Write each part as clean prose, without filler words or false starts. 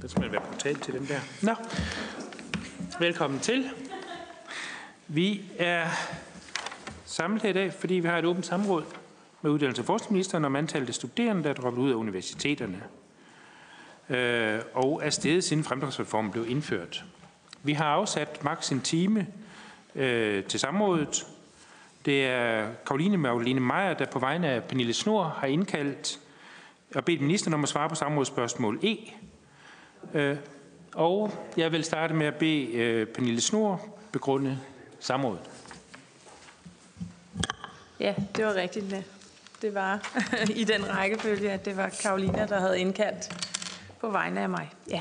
Så skal man være brutal til dem der. Nå, velkommen til. Vi er samlet her i dag, fordi vi har et åbent samråd med uddannelses- og forskningsministeren om antallet af studerende, der er droppet ud af universiteterne. Og er steget siden fremdriftsreformen blev indført. Vi har afsat maks en time til samrådet. Det er Caroline Magdalene Meier, der på vegne af Pernille Schnoor har indkaldt og bedt ministeren om at svare på samrådsspørgsmål E. Og jeg vil starte med at bede Pernille Schnoor begrunde samrådet. Ja, det var rigtigt. Det var i den rækkefølge, at det var Carolina, der havde indkaldt på vegne af mig. Ja.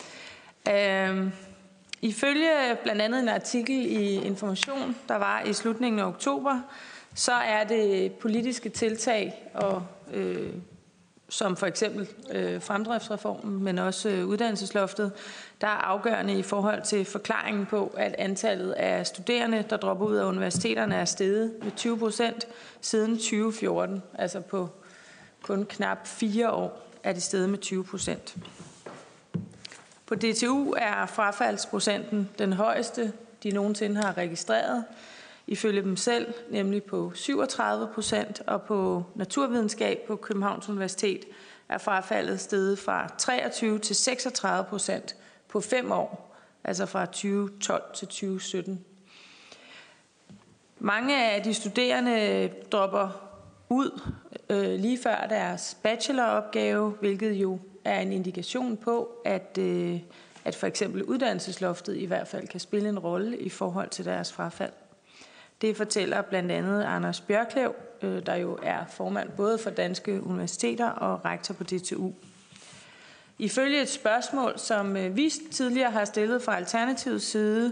Ifølge blandt andet en artikel i Information, der var i slutningen af oktober, så er det politiske tiltag, som for eksempel fremdriftsreformen, men også uddannelsesloftet, der er afgørende i forhold til forklaringen på, at antallet af studerende, der dropper ud af universiteterne, er steget med 20% siden 2014. Altså på kun knap 4 år er det steget med 20%. På DTU er frafaldsprocenten den højeste, de nogensinde har registreret, ifølge dem selv, nemlig på 37%, og på naturvidenskab på Københavns Universitet er frafaldet steget fra 23 til 36% på 5 år, altså fra 2012 til 2017. Mange af de studerende dropper ud lige før deres bacheloropgave, hvilket jo er en indikation på, at for eksempel uddannelsesloftet i hvert fald kan spille en rolle i forhold til deres frafald. Det fortæller blandt andet Anders Bjørklev, der jo er formand både for Danske Universiteter og rektor på DTU. Ifølge et spørgsmål, som vi tidligere har stillet fra Alternativets side,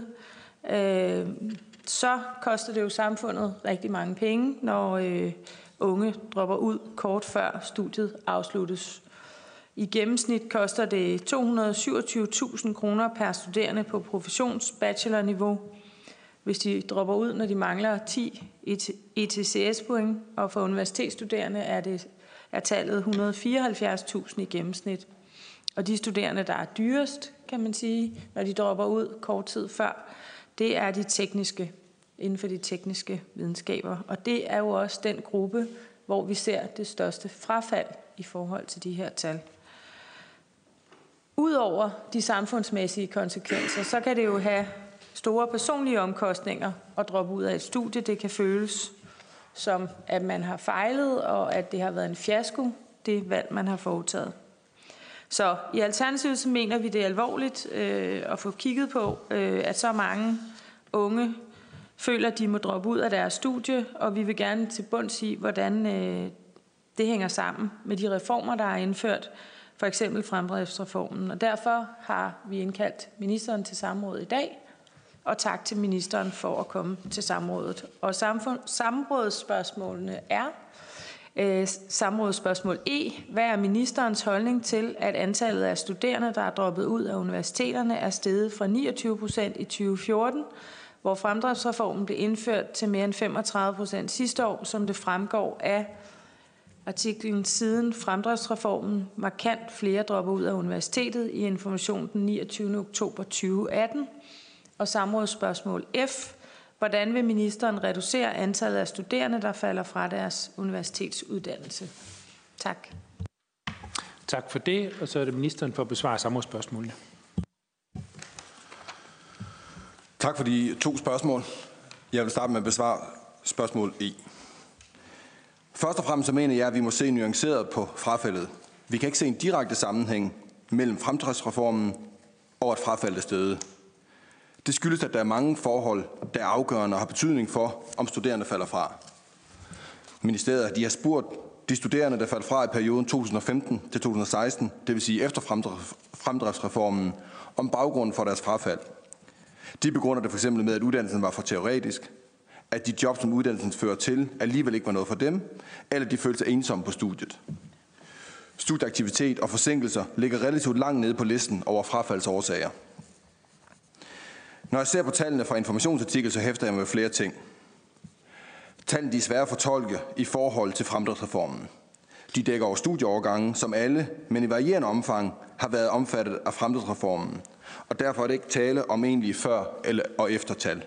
så koster det jo samfundet rigtig mange penge, når unge dropper ud kort før studiet afsluttes. I gennemsnit koster det 227.000 kroner per studerende på professionsbachelorniveau, hvis de dropper ud, når de mangler 10 ETCS-point, og for universitetsstuderende er tallet 174.000 i gennemsnit. Og de studerende, der er dyrest, kan man sige, når de dropper ud kort tid før, det er de tekniske, inden for de tekniske videnskaber. Og det er jo også den gruppe, hvor vi ser det største frafald i forhold til de her tal. Udover de samfundsmæssige konsekvenser, så kan det jo have store personlige omkostninger at droppe ud af et studie. Det kan føles som, at man har fejlet, og at det har været en fiasko, det valg, man har foretaget. Så i Alternativet så mener vi, det er alvorligt at få kigget på, at så mange unge føler, at de må droppe ud af deres studie, og vi vil gerne til bunds i, hvordan det hænger sammen med de reformer, der er indført, for eksempel fremdriftsreformen. Og derfor har vi indkaldt ministeren til samrådet i dag, og tak til ministeren for at komme til samrådet. Og samrådsspørgsmålene er: samrådsspørgsmål E. Hvad er ministerens holdning til, at antallet af studerende, der er droppet ud af universiteterne, er steget fra 29% i 2014, hvor fremdriftsreformen blev indført, til mere end 35% sidste år, som det fremgår af artiklen Siden fremdriftsreformen markant flere dropper ud af universitetet i Information den 29. oktober 2018. Og samrådsspørgsmål F. Hvordan vil ministeren reducere antallet af studerende, der falder fra deres universitetsuddannelse? Tak. Tak for det, og så er det ministeren for at besvare samrådsspørgsmålene. Tak for de 2 spørgsmål. Jeg vil starte med at besvare spørgsmål E. Først og fremmest så mener jeg, at vi må se nuanceret på frafaldet. Vi kan ikke se en direkte sammenhæng mellem fremdriftsreformen og at frafaldet er steget. Det skyldes, at der er mange forhold, der er afgørende og har betydning for, om studerende falder fra. Ministeriet har spurgt de studerende, der faldt fra i perioden 2015 til 2016, det vil sige efter fremdriftsreformen, om baggrunden for deres frafald. De begrunder det f.eks. med, at uddannelsen var for teoretisk, at de job, som uddannelsen fører til, alligevel ikke var noget for dem, eller de følte sig ensomme på studiet. Studieaktivitet og forsinkelser ligger relativt langt nede på listen over frafaldsårsager. Når jeg ser på tallene fra informationsartikel, så hæfter jeg med flere ting. Tallene er svære at fortolke i forhold til fremdriftsreformen. De dækker over studieovergange, som alle, men i varierende omfang, har været omfattet af fremtidsreformen, og derfor er det ikke tale om egentlige før- og eftertal.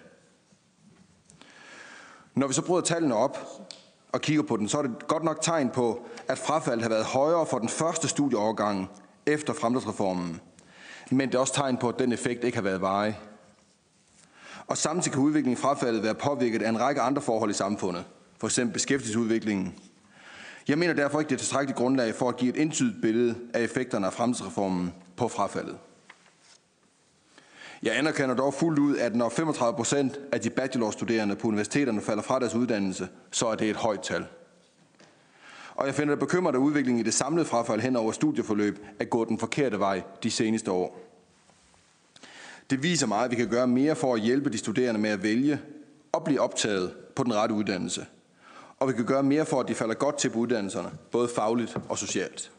Når vi så bryder tallene op og kigger på den, så er det godt nok tegn på, at frafaldet har været højere for den første studieovergang efter fremtidsreformen, men det er også tegn på, at den effekt ikke har været varig. Og samtidig kan udviklingen i frafaldet være påvirket af en række andre forhold i samfundet, f.eks. beskæftigelsesudviklingen. Jeg mener derfor ikke, det er tilstrækkeligt grundlag for at give et entydigt billede af effekterne af fremtidsreformen på frafaldet. Jeg anerkender dog fuldt ud, at når 35% af de bachelorstuderende på universiteterne falder fra deres uddannelse, så er det et højt tal. Og jeg finder det bekymret, at udviklingen i det samlede frafald hen over studieforløb er gået den forkerte vej de seneste år. Det viser mig, at vi kan gøre mere for at hjælpe de studerende med at vælge og blive optaget på den rette uddannelse. Og vi kan gøre mere for, at de falder godt til på uddannelserne, både fagligt og socialt.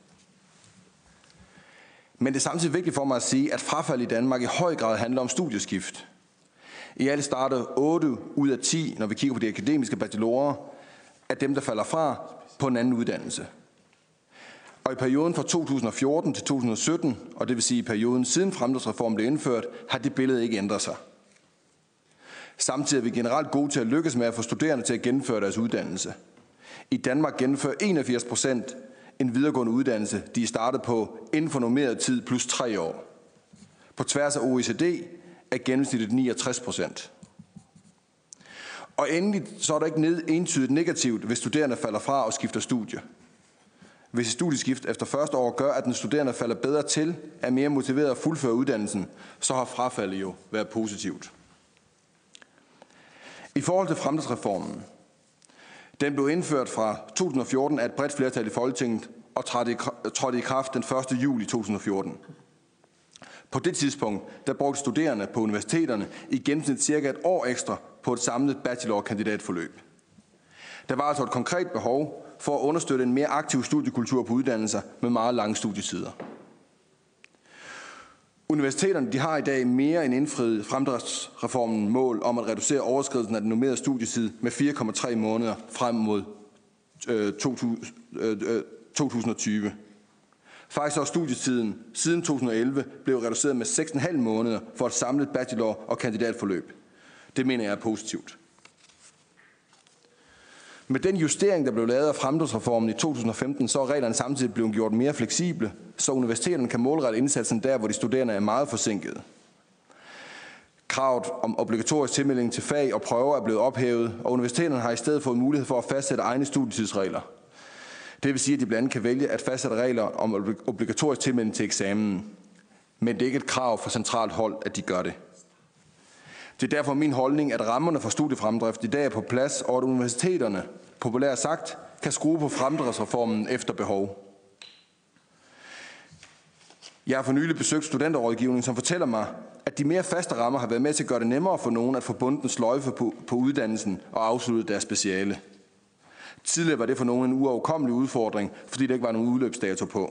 Men det er samtidig vigtigt for mig at sige, at frafald i Danmark i høj grad handler om studieskift. I alt starter 8 ud af 10, når vi kigger på de akademiske bachelorer, af dem, der falder fra på en anden uddannelse. Og i perioden fra 2014 til 2017, og det vil sige i perioden siden fremtidsreformen blev indført, har det billede ikke ændret sig. Samtidig er vi generelt gode til at lykkes med at få studerende til at gennemføre deres uddannelse. I Danmark gennemfører 81% en videregående uddannelse, de er startet på inden for normeret tid plus 3 år. På tværs af OECD er gennemsnittet 69%. Og endelig så er der ikke entydigt negativt, hvis studerende falder fra og skifter studie. Hvis et studieskift efter første år gør, at den studerende falder bedre til, er mere motiveret at fuldføre uddannelsen, så har frafaldet jo været positivt. I forhold til fremtidsreformen. Den blev indført fra 2014 af et bredt flertal i Folketinget og trådte i kraft den 1. juli 2014. På det tidspunkt, der brugte studerende på universiteterne i gennemsnit cirka et år ekstra på et samlet bachelor- og kandidatforløb. Der var altså et konkret behov for at understøtte en mere aktiv studiekultur på uddannelser med meget lange studietider. Universiteterne de har i dag mere end indfriet fremdriftsreformen mål om at reducere overskridelsen af den normerede studietid med 4,3 måneder frem mod 2020. Faktisk har studietiden siden 2011 blevet reduceret med 6,5 måneder for et samlet bachelor- og kandidatforløb. Det mener jeg er positivt. Med den justering, der blev lavet af fremdriftsreformen i 2015, så er reglerne samtidig blevet gjort mere fleksible, så universiteterne kan målrette indsatsen der, hvor de studerende er meget forsinkede. Kravet om obligatorisk tilmelding til fag og prøver er blevet ophævet, og universiteterne har i stedet fået mulighed for at fastsætte egne studietidsregler. Det vil sige, at de blandt andet kan vælge at fastsætte regler om obligatorisk tilmelding til eksamen. Men det er ikke et krav fra centralt hold, at de gør det. Det er derfor min holdning, at rammerne for studiefremdrift i dag er på plads, og at universiteterne, populært sagt, kan skrue på fremdriftsreformen efter behov. Jeg har for nylig besøgt studenterrådgivningen, som fortæller mig, at de mere faste rammer har været med til at gøre det nemmere for nogen at få bundet en sløjfe på uddannelsen og afslutte deres speciale. Tidligere var det for nogen en uoverkommelig udfordring, fordi der ikke var nogen udløbsdato på.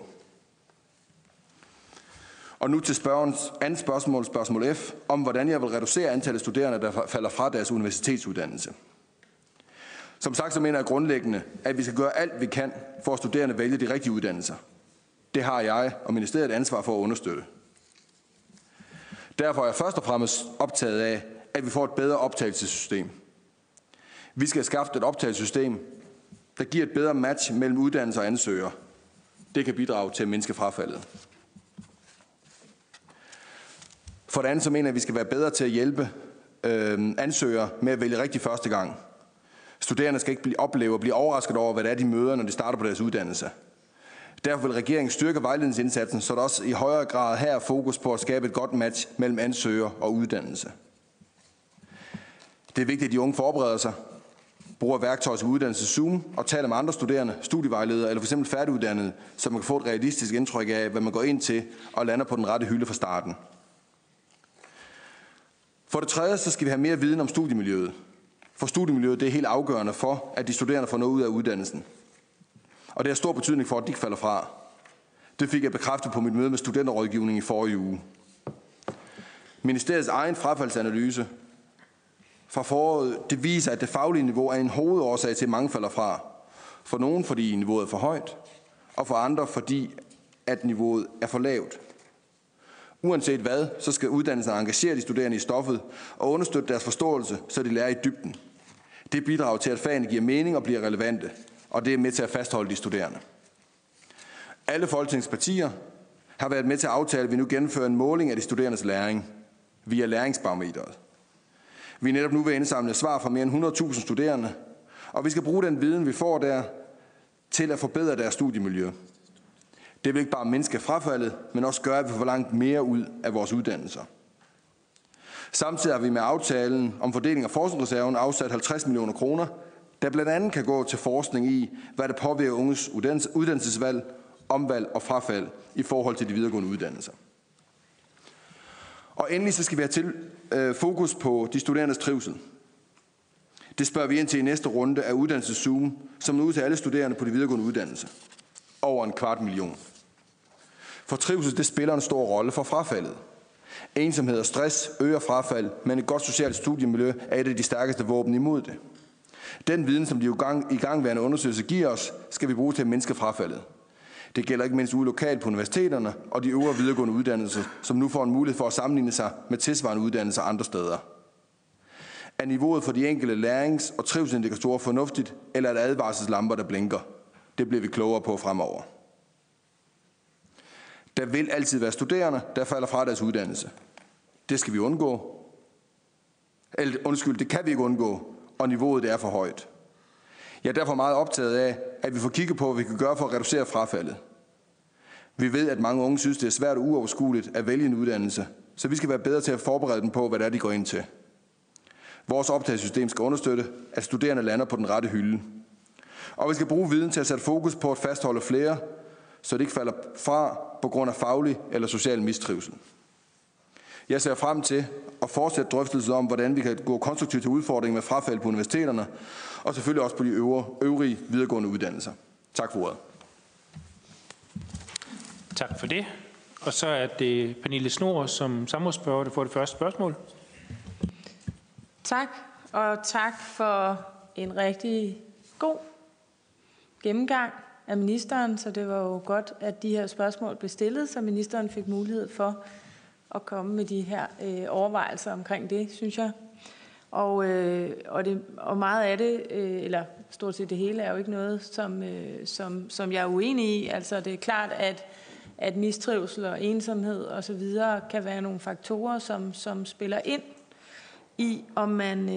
Og nu til spørgerens andet spørgsmål, spørgsmål F, om hvordan jeg vil reducere antallet af studerende, der falder fra deres universitetsuddannelse. Som sagt, så mener jeg grundlæggende, at vi skal gøre alt, vi kan, for at studerende vælge de rigtige uddannelser. Det har jeg og ministeriet et ansvar for at understøtte. Derfor er jeg først og fremmest optaget af, at vi får et bedre optagelsessystem. Vi skal have skaffet et optagelsessystem, der giver et bedre match mellem uddannelser og ansøgere. Det kan bidrage til at mindske frafaldet. For det andet så mener jeg, at vi skal være bedre til at hjælpe ansøgere med at vælge rigtigt første gang. Studerende skal ikke opleve og blive overrasket over, hvad det er, de møder, når de starter på deres uddannelse. Derfor vil regeringen styrke vejledningsindsatsen, så der også i højere grad her er fokus på at skabe et godt match mellem ansøger og uddannelse. Det er vigtigt, at de unge forbereder sig, bruger værktøjer til uddannelse Zoom og taler med andre studerende, studievejledere eller f.eks. færdiguddannede, så man kan få et realistisk indtryk af, hvad man går ind til og lander på den rette hylde fra starten. For det tredje, så skal vi have mere viden om studiemiljøet. For studiemiljøet det er helt afgørende for, at de studerende får noget ud af uddannelsen. Og det har stor betydning for, at de ikke falder fra. Det fik jeg bekræftet på mit møde med studenterrådgivning i forrige uge. Ministeriets egen frafaldsanalyse fra foråret, det viser, at det faglige niveau er en hovedårsag til, at mange falder fra. For nogen, fordi niveauet er for højt. og for andre fordi, at niveauet er for lavt. Uanset hvad, så skal uddannelsen engagere de studerende i stoffet og understøtte deres forståelse, så de lærer i dybden. Det bidrager til, at fagene giver mening og bliver relevante, og det er med til at fastholde de studerende. Alle Folketingets partier har været med til at aftale, at vi nu gennemfører en måling af de studerendes læring via læringsbarometeret. Vi er netop nu ved at indsamle svar fra mere end 100.000 studerende, og vi skal bruge den viden, vi får der, til at forbedre deres studiemiljø. Det vil ikke bare mindske frafaldet, men også gøre, at vi får langt mere ud af vores uddannelser. Samtidig har vi med aftalen om fordeling af forskningsreserven afsat 50 millioner kroner, der blandt andet kan gå til forskning i, hvad der påvirker unges uddannelsesvalg, omvalg og frafald i forhold til de videregående uddannelser. Og endelig så skal vi have fokus på de studerendes trivsel. Det spørger vi ind til i næste runde af uddannelseszoom, som nu ud til alle studerende på de videregående uddannelser. Over 250.000. For trivsel, det spiller en stor rolle for frafaldet. Ensomhed og stress øger frafald, men et godt socialt studiemiljø er et af de stærkeste våben imod det. Den viden, som de igangværende undersøgelser giver os, skal vi bruge til at mindske frafaldet. Det gælder ikke mindst ude lokalt på universiteterne og de øvrige videregående uddannelser, som nu får en mulighed for at sammenligne sig med tilsvarende uddannelser andre steder. Er niveauet for de enkelte lærings- og trivselsindikatorer fornuftigt, eller er der advarselslamper, der blinker? Det bliver vi klogere på fremover. Der vil altid være studerende, der falder fra deres uddannelse. Det skal vi undgå. Det kan vi ikke undgå, og niveauet det er for højt. Jeg er derfor meget optaget af, at vi får kigget på, hvad vi kan gøre for at reducere frafaldet. Vi ved, at mange unge synes, det er svært og uoverskueligt at vælge en uddannelse, så vi skal være bedre til at forberede dem på, hvad det er, de går ind til. Vores optagelsessystem skal understøtte, at studerende lander på den rette hylde. Og vi skal bruge viden til at sætte fokus på at fastholde flere, så det ikke falder fra på grund af faglig eller social mistrivsel. Jeg ser frem til at fortsætte drøftelsen om, hvordan vi kan gå konstruktivt til udfordringen med frafald på universiteterne, og selvfølgelig også på de øvrige videregående uddannelser. Tak for ordet. Tak for det. Og så er det Pernille Schnoor som samrådsspørger, der får det første spørgsmål. Tak, og tak for en rigtig god gennemgang af ministeren, så det var jo godt, at de her spørgsmål blev stillet, så ministeren fik mulighed for at komme med de her overvejelser omkring det, synes jeg. Og meget af det, eller stort set det hele, er jo ikke noget, som jeg er uenig i. Altså det er klart, at mistrivsel og ensomhed og så videre kan være nogle faktorer, som spiller ind i, om man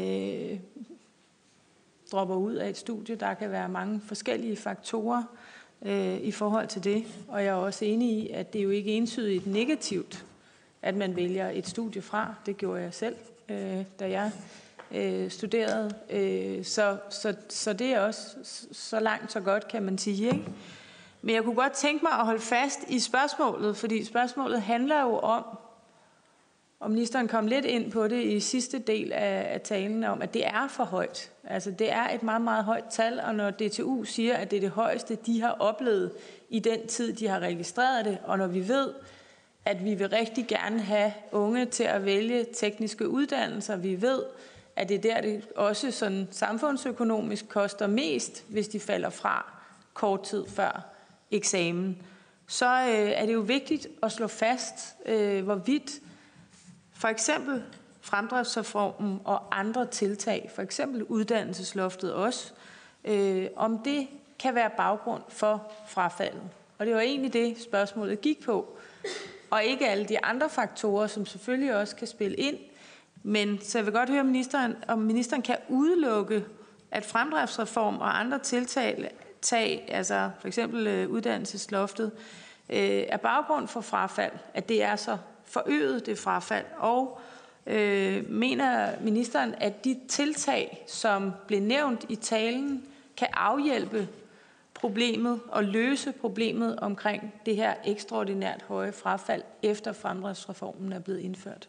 dropper ud af et studie. Der kan være mange forskellige faktorer i forhold til det. Og jeg er også enig i, at det er jo ikke entydigt negativt, at man vælger et studie fra. Det gjorde jeg selv, da jeg studerede. Så det er også så langt, så godt, kan man sige, ikke? Men jeg kunne godt tænke mig at holde fast i spørgsmålet, fordi spørgsmålet handler jo om, og ministeren kom lidt ind på det i sidste del af talen, om at det er for højt. Altså det er et meget, meget højt tal, og når DTU siger, at det er det højeste, de har oplevet i den tid, de har registreret det, og når vi ved, at vi vil rigtig gerne have unge til at vælge tekniske uddannelser, vi ved, at det er der, det også sådan samfundsøkonomisk koster mest, hvis de falder fra kort tid før eksamen, så er det jo vigtigt at slå fast, hvorvidt for eksempel fremdriftsreformen og andre tiltag, for eksempel uddannelsesloftet også, om det kan være baggrund for frafaldet. Og det var egentlig det, spørgsmålet gik på. Og ikke alle de andre faktorer, som selvfølgelig også kan spille ind. Men så jeg vil godt høre ministeren, om ministeren kan udelukke, at fremdriftsreform og andre tiltag, altså for eksempel uddannelsesloftet, er baggrund for frafald, at det er så forøget det frafald, og mener ministeren, at de tiltag, som blev nævnt i talen, kan afhjælpe problemet og løse problemet omkring det her ekstraordinært høje frafald, efter fremdriftsreformen er blevet indført?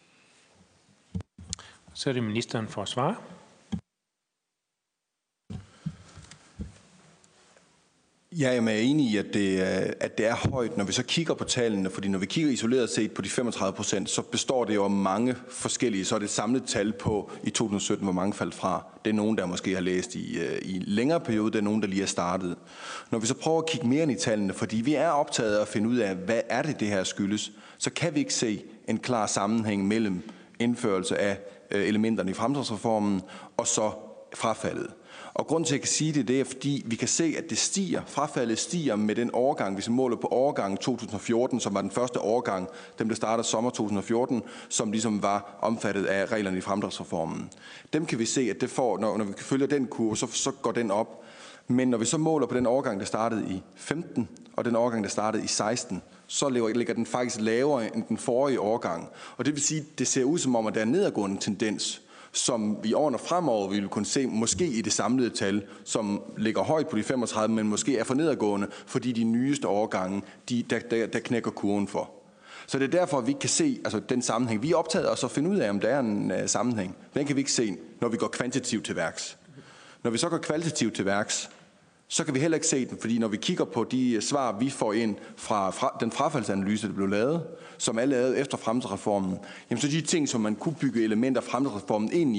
Så er det ministeren for at svare. Ja, jeg er enig i, at det er højt, når vi så kigger på tallene, fordi når vi kigger isoleret set på de 35%, så består det jo af mange forskellige, så er det et samlet tal på i 2017, hvor mange faldt fra. Det er nogen, der måske har læst i en længere periode, det er nogen, der lige er startet. Når vi så prøver at kigge mere ind i tallene, fordi vi er optaget af at finde ud af, hvad er det her skyldes, så kan vi ikke se en klar sammenhæng mellem indførelse af elementerne i fremdriftsreformen og så frafaldet. Og grunden til, at jeg kan sige det, er, fordi vi kan se, at det stiger. Frafaldet stiger med den årgang, hvis vi måler på årgangen 2014, som var den første årgang, dem der startede sommer 2014, som ligesom var omfattet af reglerne i fremdriftsreformen. Dem kan vi se, at det får, når vi følger den kurve, så går den op. Men når vi så måler på den årgang, der startede i 15, og den årgang, der startede i 16, så ligger den faktisk lavere end den forrige årgang. Og det vil sige, at det ser ud som om, at der er en nedadgående tendens, som vi årene fremover vil kunne se måske i det samlede tal, som ligger højt på de 35, men måske er for nedadgående, fordi de nyeste årgange, der knækker kurven for. Så det er derfor, at vi ikke kan se den sammenhæng. Vi er optaget af at finde ud af, om der er en sammenhæng. Den kan vi ikke se, når vi går kvantitativt til værks. Når vi så går kvalitativt til værks, så kan vi heller ikke se den, fordi når vi kigger på de svar, vi får ind fra den frafaldsanalyse, der blev lavet, som er lavet efter fremdriftsreformen, jamen så de ting, som man kunne bygge elementer af fremdriftsreformen ind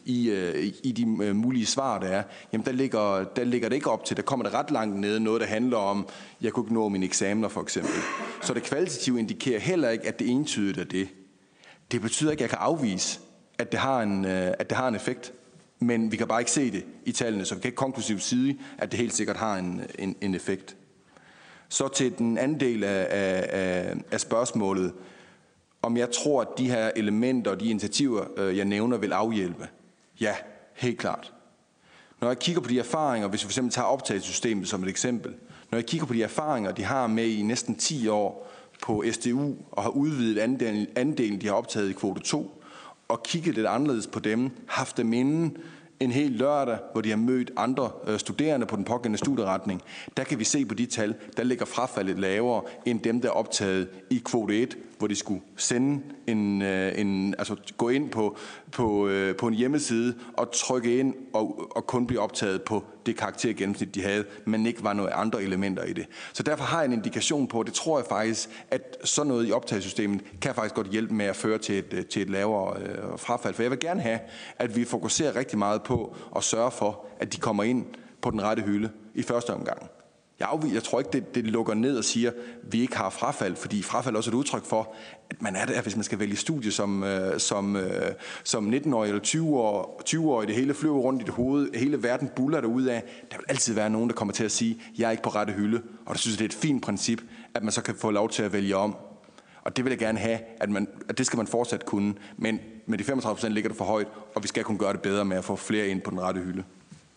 i de mulige svar, der er, jamen der ligger det ikke op til. Der kommer det ret langt nede, noget der handler om, jeg kunne ikke nå mine eksamener for eksempel. Så det kvalitative indikerer heller ikke, at det entydigt er det. Det betyder ikke, at jeg kan afvise, at det har en effekt. Men vi kan bare ikke se det i tallene, så vi kan ikke konklusivt sige, at det helt sikkert har en effekt. Så til den anden del af spørgsmålet, om jeg tror, at de her elementer og de initiativer, jeg nævner, vil afhjælpe. Ja, helt klart. Når jeg kigger på de erfaringer, hvis vi fx tager optagelsessystemet som et eksempel, når jeg kigger på de erfaringer, de har med i næsten 10 år på SDU og har udvidet andelen, de har optaget i kvote 2, og kigget lidt anderledes på dem, haft dem inden en hel lørdag, hvor de har mødt andre studerende på den pågældende studieretning, der kan vi se på de tal, der ligger frafaldet lavere end dem, der er optaget i kvote 1, hvor de skulle sende gå ind på en hjemmeside og trykke ind og kun blive optaget på det karaktergennemsnit, de havde, men ikke var nogle andre elementer i det. Så derfor har jeg en indikation på, det tror jeg faktisk, at sådan noget i optagesystemet kan faktisk godt hjælpe med at føre til et lavere frafald. For jeg vil gerne have, at vi fokuserer rigtig meget på at sørge for, at de kommer ind på den rette hylde i første omgang. Jeg tror ikke, det lukker ned og siger, at vi ikke har frafald, fordi frafald er også et udtryk for, at man er der, hvis man skal vælge studie som 19-årig eller 20-årig, det hele flyver rundt i det hoved, hele verden buller derudad. Der vil altid være nogen, der kommer til at sige, at jeg er ikke på rette hylde, og det synes jeg, det er et fint princip, at man så kan få lov til at vælge om. Og det vil jeg gerne have, at det skal man fortsat kunne, men med de 35% ligger det for højt, og vi skal kunne gøre det bedre med at få flere ind på den rette hylde.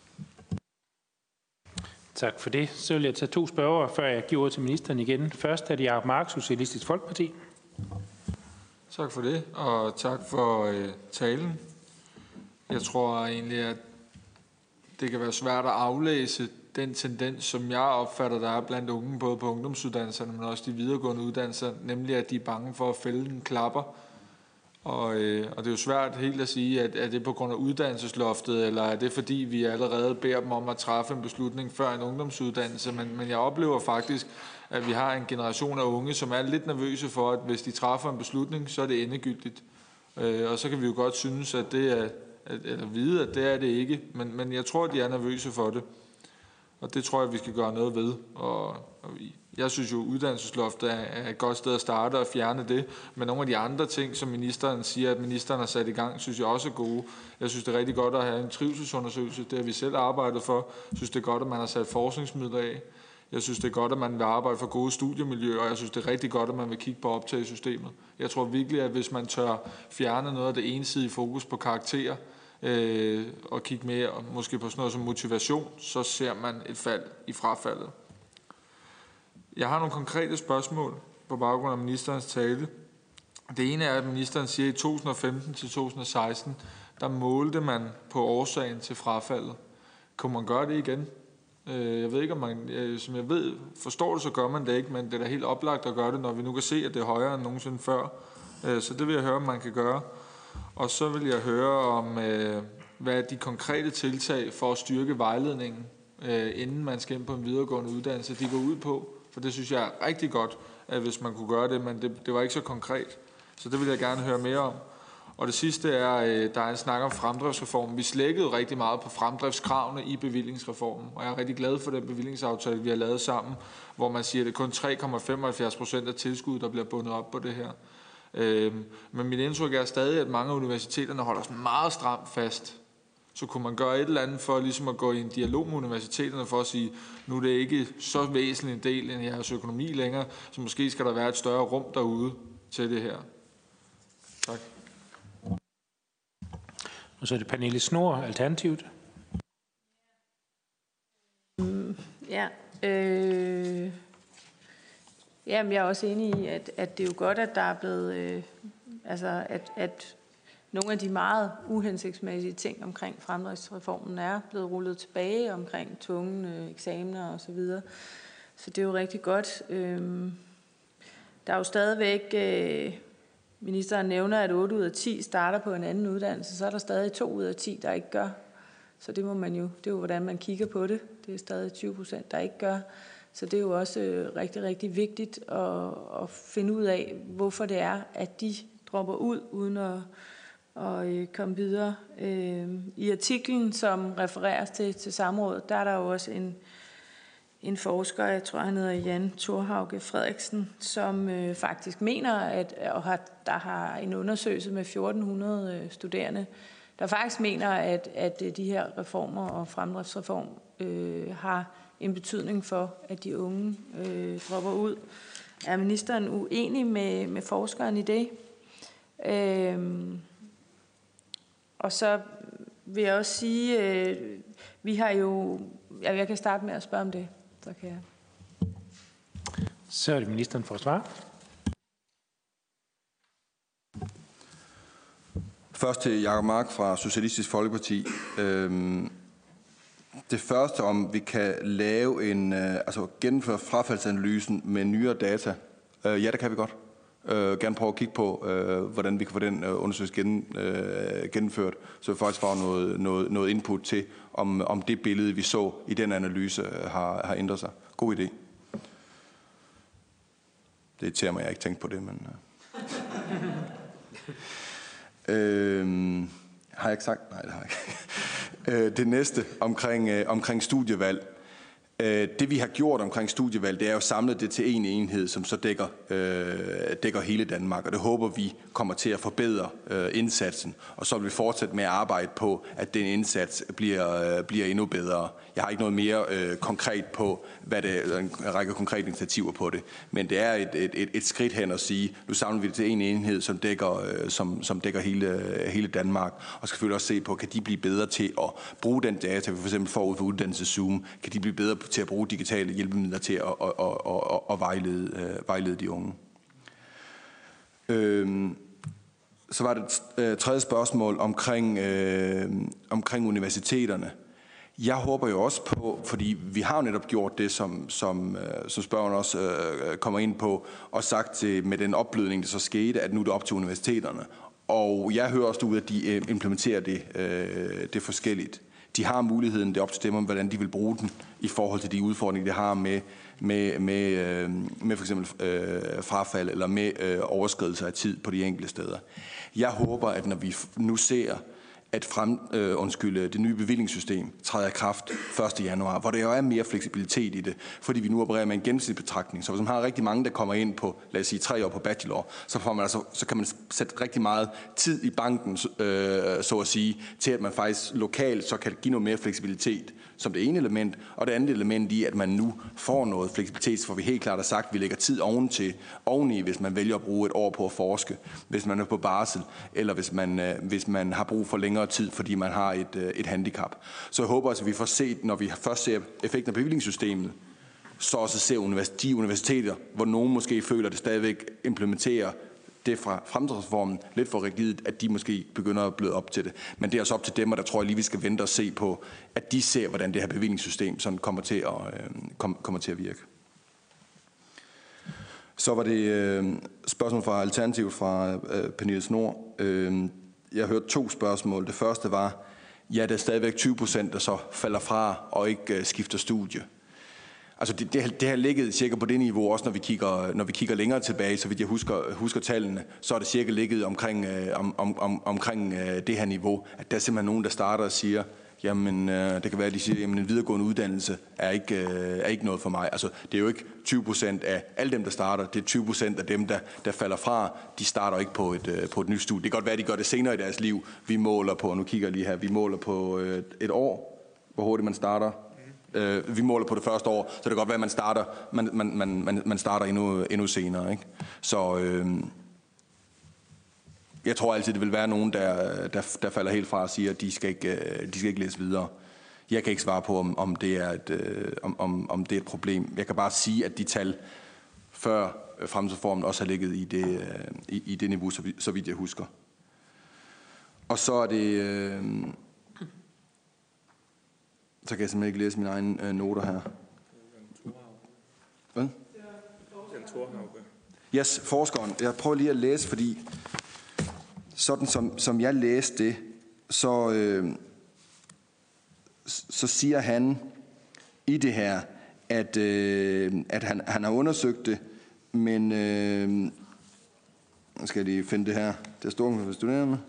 Tak for det. Så vil jeg tage 2 spørgere, før jeg giver ordet til ministeren igen. Først er det Jacob Mark, Socialistisk Folkeparti. Tak for det, og tak for talen. Jeg tror egentlig, at det kan være svært at aflæse den tendens, som jeg opfatter, der er blandt unge, både på ungdomsuddannelserne, men også de videregående uddannelser, nemlig at de er bange for at fælde en klapper. Og det er jo svært helt at sige, at er det på grund af uddannelsesloftet, eller er det fordi, vi allerede beder dem om at træffe en beslutning før en ungdomsuddannelse. Men jeg oplever faktisk, at vi har en generation af unge, som er lidt nervøse for, at hvis de træffer en beslutning, så er det endegyldigt. Og så kan vi jo godt synes, at det er, eller vide, at det er det ikke. Men jeg tror, at de er nervøse for det. Og det tror jeg, vi skal gøre noget ved. Og jeg synes jo, at uddannelsesloftet er et godt sted at starte og fjerne det. Men nogle af de andre ting, som ministeren siger, at ministeren har sat i gang, synes jeg også er gode. Jeg synes, det er rigtig godt at have en trivselsundersøgelse. Det har vi selv arbejdet for. Jeg synes, det er godt, at man har sat forskningsmidler af. Jeg synes, det er godt, at man vil arbejde for gode studiemiljøer, og jeg synes, det er rigtig godt, at man vil kigge på optagesystemet. Jeg tror virkelig, at hvis man tør fjerne noget af det ensidige fokus på karakterer, og kigge mere måske på sådan noget som motivation, så ser man et fald i frafaldet. Jeg har nogle konkrete spørgsmål på baggrund af ministerens tale. Det ene er, at ministeren siger, at i 2015 til 2016, der målte man på årsagen til frafaldet. Kunne man gøre det igen? Jeg ved ikke, om man, som jeg ved, forstår det, så gør man det ikke, men det er da helt oplagt at gøre det, når vi nu kan se, at det er højere end nogensinde før. Så det vil jeg høre, om man kan gøre. Og så vil jeg høre om, hvad er de konkrete tiltag for at styrke vejledningen inden man skal ind på en videregående uddannelse, de går ud på. For det synes jeg er rigtig godt, at hvis man kunne gøre det, men det var ikke så konkret. Så det vil jeg gerne høre mere om. Og det sidste er, der er en snak om fremdriftsreformen. Vi slækkede rigtig meget på fremdriftskravene i bevillingsreformen, og jeg er rigtig glad for den bevillingsaftale, vi har lavet sammen, hvor man siger, at det er kun 3,75% af tilskuddet, der bliver bundet op på det her. Men mit indtryk er stadig, at mange af universiteterne holder sig meget stramt fast. Så kunne man gøre et eller andet for ligesom at gå i en dialog med universiteterne for at sige, nu er det ikke så væsentlig en del af jeres økonomi længere, så måske skal der være et større rum derude til det her. Tak. Og så er det Pernille Schnoor, Alternativet. Jamen, jeg er også enig i, at det er jo godt, at der er blevet, at nogle af de meget uhensigtsmæssige ting omkring fremdriftsreformen er blevet rullet tilbage omkring tunge eksamener og så videre. Så det er jo rigtig godt. Der er jo stadigvæk, ministeren nævner, at 8 ud af 10 starter på en anden uddannelse, så er der stadig 2 ud af 10, der ikke gør. Så det må man jo, det er jo hvordan man kigger på det. Det er stadig 20%, der ikke gør. Så det er jo også rigtig, rigtig vigtigt at finde ud af, hvorfor det er, at de dropper ud, uden at komme videre. I artiklen, som refereres til samrådet, der er der jo også en forsker, jeg tror han hedder Jan Thorhauge Frederiksen, som faktisk mener, der har en undersøgelse med 1400 studerende, der faktisk mener, at de her reformer og fremdriftsreform har en betydning for, at de unge dropper ud. Er ministeren uenig med forskeren i det? Og så vil jeg også sige, vi har jo... Jeg kan starte med at spørge om det. Så kan jeg. Så er det ministeren for at svare. Først til Jacob Mark fra Socialistisk Folkeparti. Det første, om vi kan lave gennemføre frafaldsanalysen med nyere data. Ja, det kan vi godt. Gerne prøve at kigge på, hvordan vi kan få den undersøgelse gennemført, så vi faktisk får noget input til, om det billede, vi så i den analyse, har ændret sig. God idé. Det irriterer mig, jeg ikke tænkt på det, men... har jeg ikke sagt? Nej, det har jeg ikke. Det næste omkring studievalg. Det vi har gjort omkring studievalg, det er jo samlet det til en enhed, som så dækker hele Danmark, og det håber vi kommer til at forbedre indsatsen, og så vil vi fortsætte med at arbejde på, at den indsats bliver endnu bedre. Jeg har ikke noget mere konkret på, en række konkrete initiativer på det, men det er et skridt hen at sige, nu samler vi det til en enhed, som dækker hele Danmark, og skal selvfølgelig også se på, kan de blive bedre til at bruge den data, vi for eksempel får ud for uddannelseszoom, kan de blive bedre til at bruge digitale hjælpemidler til at vejlede de unge. Så var det et tredje spørgsmål omkring universiteterne. Jeg håber jo også på, fordi vi har jo netop gjort det, som spørgeren også kommer ind på, og sagt med den opblødning, der så skete, at nu er det op til universiteterne. Og jeg hører også ud, at de implementerer det forskelligt. De har muligheden, det er op til dem, om hvordan de vil bruge den i forhold til de udfordringer, de har med for eksempel frafald eller med overskridelse af tid på de enkelte steder. Jeg håber, at når vi nu ser, at det nye bevillingssystem træder i kraft 1. januar, hvor der jo er mere fleksibilitet i det, fordi vi nu opererer med en gennemsnitsbetragtning. Så hvis man har rigtig mange, der kommer ind på, lad os sige, 3 år på bachelor, så kan man sætte rigtig meget tid i banken, så at sige, til at man faktisk lokalt så kan give noget mere fleksibilitet som det ene element, og det andet element i, at man nu får noget fleksibilitet, for vi helt klart har sagt, at vi lægger tid oveni, hvis man vælger at bruge et år på at forske, hvis man er på barsel, eller hvis man har brug for længere tid, fordi man har et handicap. Så jeg håber, at vi får set, når vi først ser effekten af bevillingssystemet, så også ser de universiteter, hvor nogen måske føler, at det stadigvæk implementerer det fra fremdriftsreformen lidt for rigidt, at de måske begynder at bløde op til det. Men det er også op til dem, og der tror jeg lige, vi skal vente og se på, at de ser, hvordan det her bevillingssystem sådan kommer til at virke. Så var det spørgsmål fra Alternativet fra Pernille Schnoor. Jeg hørte 2 spørgsmål. Det første var, ja, der er stadigvæk 20%, der så falder fra og ikke skifter studie. Altså det har ligget cirka på det niveau, også når vi kigger længere tilbage, så vidt jeg husker tallene, så er det cirka ligget omkring det her niveau, at der er simpelthen nogen, der starter og siger, jamen det kan være, at de siger, jamen en videregående uddannelse er ikke noget for mig. Altså det er jo ikke 20% af alle dem, der starter, det er 20% af dem, der falder fra, de starter ikke på et nyt studie. Det kan godt være, at de gør det senere i deres liv. Vi måler på, nu kigger jeg lige her, vi måler på et år, hvor hurtigt man starter. Vi måler på det første år, så det kan godt være, at man starter endnu senere. Ikke? Så jeg tror altid, det vil være nogen, der falder helt fra og siger, at de skal ikke læse videre. Jeg kan ikke svare på, om det er et problem. Jeg kan bare sige, at de tal før fremtidsreformen også har ligget i det niveau, så vidt jeg husker. Og så er det... Så kan jeg simpelthen ikke læse mine egne noter her. Hvad? Yes, forskeren. Jeg prøver lige at læse, fordi sådan som jeg læste det, så siger han i det her, at han har undersøgt det, men skal jeg lige finde det her. Der står for studerende.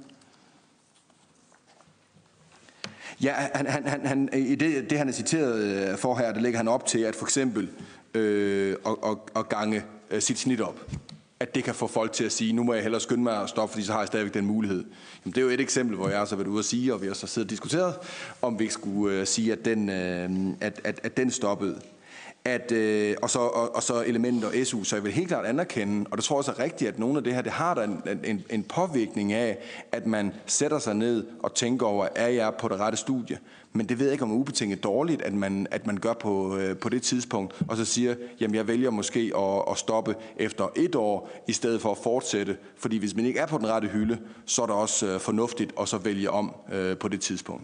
Ja, han i det han er citeret for her, der lægger han op til, at for eksempel at gange sit snit op. At det kan få folk til at sige, nu må jeg hellere skynde mig at stoppe, fordi så har jeg stadigvæk den mulighed. Jamen, det er jo et eksempel, hvor jeg har så været ude at sige, og vi har så siddet og diskuteret, om vi ikke skulle sige, at den stoppede. Og så elementer og SU, så jeg vil helt klart anerkende, og det tror jeg også er rigtigt, at nogle af det her, det har der en påvirkning af, at man sætter sig ned og tænker over, er jeg på det rette studie? Men det ved jeg ikke, om det er ubetinget dårligt, at man gør på det tidspunkt, og så siger, jamen jeg vælger måske at stoppe efter 1 år, i stedet for at fortsætte, fordi hvis man ikke er på den rette hylde, så er det også fornuftigt at så vælge om på det tidspunkt.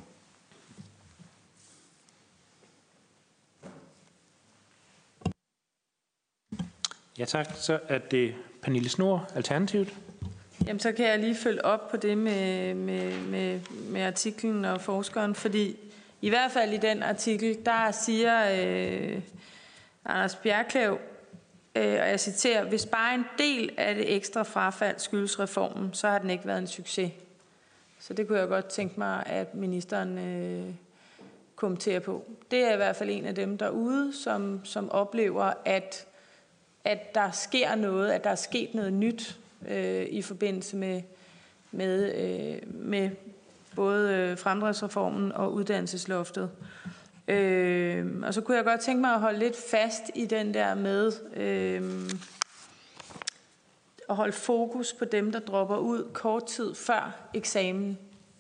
Ja tak, så er det Pernille Schnoor, Alternativet. Jamen så kan jeg lige følge op på det med artiklen og forskeren, fordi i hvert fald i den artikel, der siger Anders Bjerklev, og jeg citerer, hvis bare en del af det ekstra frafald skyldes reformen, så har den ikke været en succes. Så det kunne jeg godt tænke mig, at ministeren kommenterer på. Det er i hvert fald en af dem derude, som oplever, at der sker noget, at der er sket noget nyt i forbindelse med både fremdriftsreformen og uddannelsesloftet. Og så kunne jeg godt tænke mig at holde lidt fast i den der med at holde fokus på dem, der dropper ud kort tid før eksamen.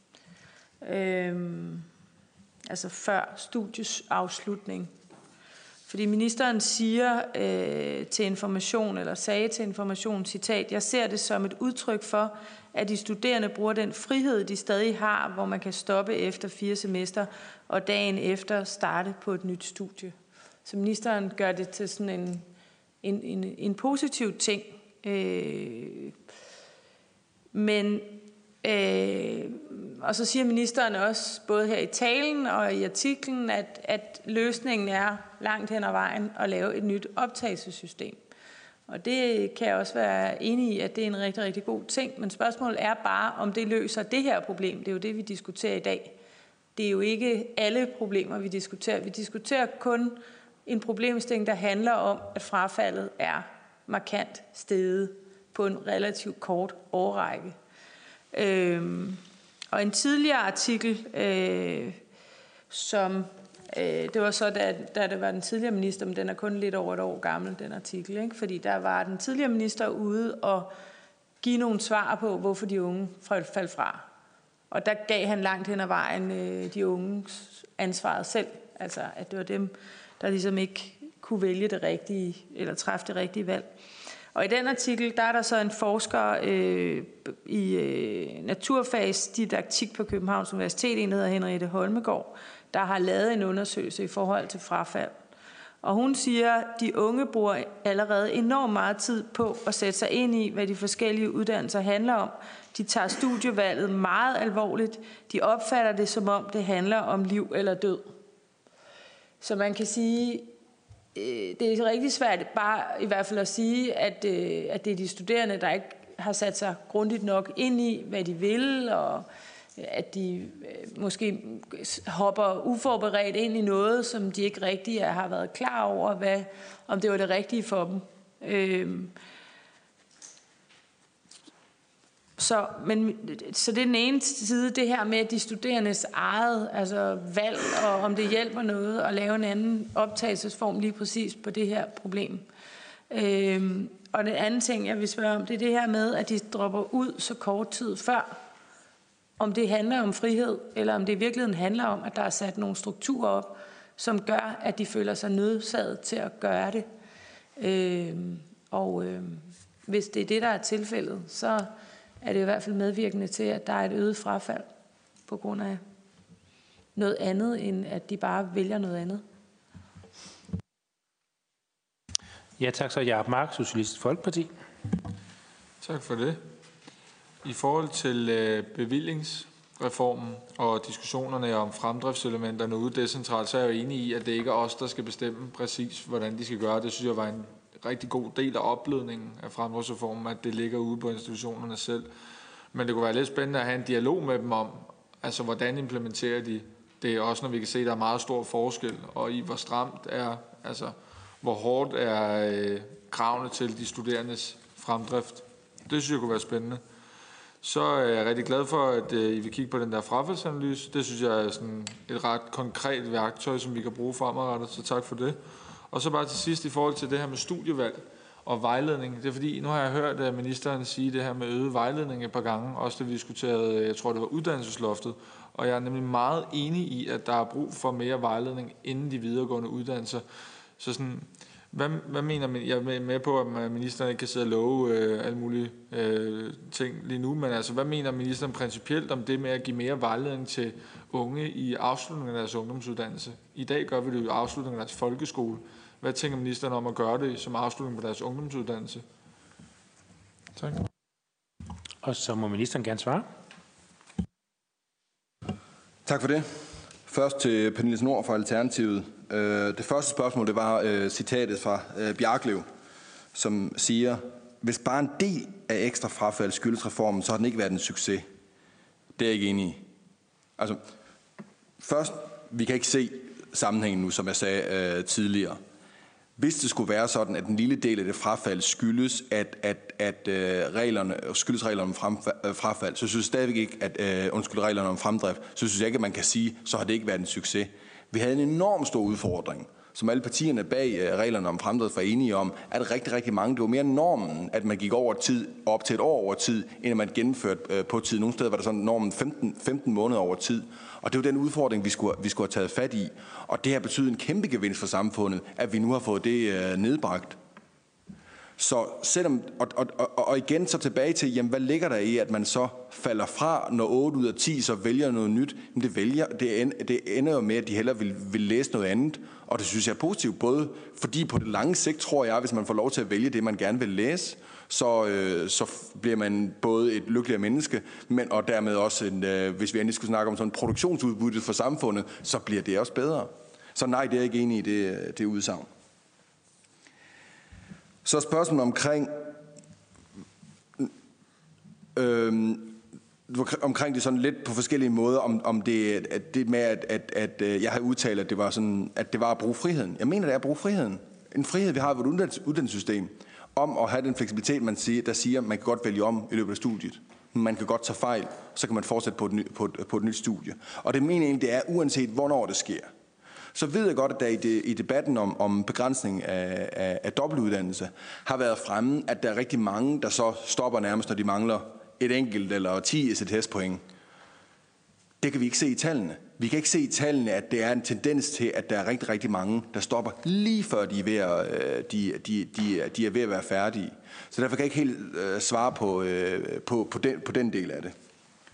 Altså før studies afslutning. Fordi ministeren siger til Information, eller sagde til Information, citat, jeg ser det som et udtryk for, at de studerende bruger den frihed, de stadig har, hvor man kan stoppe efter 4 semester, og dagen efter starte på et nyt studie. Så ministeren gør det til sådan en positiv ting. Og så siger ministeren også, både her i talen og i artiklen, at løsningen er langt hen ad vejen at lave et nyt optagelsessystem. Og det kan jeg også være enig i, at det er en rigtig, rigtig god ting. Men spørgsmålet er bare, om det løser det her problem. Det er jo det, vi diskuterer i dag. Det er jo ikke alle problemer, vi diskuterer. Vi diskuterer kun en problemstilling, der handler om, at frafaldet er markant steget på en relativt kort årrække. Og en tidligere artikel, det var så, da det var den tidligere minister, men den er kun lidt over 1 år gammel, den artikel, ikke? Fordi der var den tidligere minister ude og give nogle svar på, hvorfor de unge faldt fra. Og der gav han langt hen ad vejen de unges ansvaret selv, altså at det var dem, der ligesom ikke kunne vælge det rigtige, eller træffe det rigtige valg. Og i den artikel, der er der så en forsker i naturfagsdidaktik på Københavns Universitet, en hedder Henriette Holmegaard, der har lavet en undersøgelse i forhold til frafald. Og hun siger, at de unge bruger allerede enormt meget tid på at sætte sig ind i, hvad de forskellige uddannelser handler om. De tager studievalget meget alvorligt. De opfatter det, som om det handler om liv eller død. Så man kan sige, det er rigtig svært bare i hvert fald at sige, at det er de studerende, der ikke har sat sig grundigt nok ind i, hvad de vil, og at de måske hopper uforberedt ind i noget, som de ikke rigtig har været klar over, om det var det rigtige for dem. Så det er den ene side, det her med de studerendes eget valg, og om det hjælper noget at lave en anden optagelsesform lige præcis på det her problem. Og den anden ting, jeg vil spørge om, det er det her med, at de dropper ud så kort tid før. Om det handler om frihed, eller om det i virkeligheden handler om, at der er sat nogle strukturer op, som gør, at de føler sig nødsaget til at gøre det. Hvis det er det, der er tilfældet, så er det i hvert fald medvirkende til, at der er et øget frafald på grund af noget andet, end at de bare vælger noget andet. Ja, tak. Så Jacob Mark, Socialistisk Folkeparti. Tak for det. I forhold til bevillingsreformen og diskussionerne om fremdriftselementerne ude decentralt, så er jeg jo enig i, at det ikke er os, der skal bestemme præcis, hvordan de skal gøre. Det synes jeg var en rigtig god del af opblødningen af fremdriftsreformen, at det ligger ude på institutionerne selv. Men det kunne være lidt spændende at have en dialog med dem om, altså hvordan implementerer de det, også når vi kan se, at der er meget stor forskel, og i hvor stramt er, altså hvor hårdt er kravene til de studerendes fremdrift. Det synes jeg kunne være spændende. Så er jeg rigtig glad for, at I vil kigge på den der frafaldsanalyse. Det synes jeg er sådan et ret konkret værktøj, som vi kan bruge fremadrettet, så tak for det. Og så bare til sidst i forhold til det her med studievalg og vejledning. Det er fordi, nu har jeg hørt ministeren sige det her med øget vejledning et par gange, også det vi diskuterede, jeg tror det var uddannelsesloftet, og jeg er nemlig meget enig i, at der er brug for mere vejledning inden de videregående uddannelser. Så sådan, hvad mener man? Jeg er med på, at ministeren ikke kan sidde og love alle mulige ting lige nu, men altså, hvad mener ministeren principielt om det med at give mere vejledning til unge i afslutningen af deres ungdomsuddannelse? I dag gør vi det jo i afslutningen af deres folkeskole. Hvad tænker ministeren om at gøre det som afslutning på deres ungdomsuddannelse? Tak. Og så må ministeren gerne svare. Tak for det. Først til Pernille Snor fra Alternativet. Det første spørgsmål, det var citatet fra Bjarklev, som siger, hvis bare en del af ekstra frafald skyldes reformen, så har den ikke været en succes. Det er jeg ikke enig i. Altså, først, vi kan ikke se sammenhængen nu, som jeg sagde tidligere. Hvis det skulle være sådan, at en lille del af det frafald skyldes, reglerne om frafald, så synes jeg stadigvæk ikke, reglerne om fremdrift, så synes jeg ikke, at man kan sige, så har det ikke været en succes. Vi havde en enorm stor udfordring, som alle partierne bag reglerne om fremdrift var enige om, at rigtig, rigtig mange, det var mere normen, at man gik over tid, op til et år over tid, end at man gennemførte på tid. Nogle steder var der sådan normen 15 måneder over tid. Og det var den udfordring, vi skulle have taget fat i. Og det har betydet en kæmpe gevinst for samfundet, at vi nu har fået det nedbragt. Så selvom, og igen så tilbage til, jamen hvad ligger der i, at man så falder fra, når 8 ud af 10 så vælger noget nyt? Men det ender jo med, at de hellere vil læse noget andet, og det synes jeg er positivt, både fordi på det lange sigt, tror jeg, hvis man får lov til at vælge det, man gerne vil læse, så bliver man både et lykkeligere menneske, men og dermed også, hvis vi endelig skulle snakke om sådan produktionsudbyttet for samfundet, så bliver det også bedre. Så nej, det er jeg ikke enig i det udsagn. Så spørgsmålet omkring det sådan lidt på forskellige måder, om det med, at jeg har udtalt, at det var sådan, at det var at bruge friheden. Jeg mener, det er at bruge friheden. En frihed, vi har i vores uddannelsessystem, om at have den fleksibilitet, der siger, at man kan godt vælge om i løbet af studiet. Man kan godt tage fejl, så kan man fortsætte på et nyt studie. Og det mener egentlig, det er uanset, hvornår det sker. Så ved jeg godt, at der i debatten om begrænsning af dobbeltuddannelse har været fremme, at der er rigtig mange, der så stopper nærmest, når de mangler et enkelt eller 10 ECTS-point. Det kan vi ikke se i tallene. Vi kan ikke se i tallene, at det er en tendens til, at der er rigtig, rigtig mange, der stopper lige før de er ved at være færdige. Så derfor kan jeg ikke helt svare på den del af det.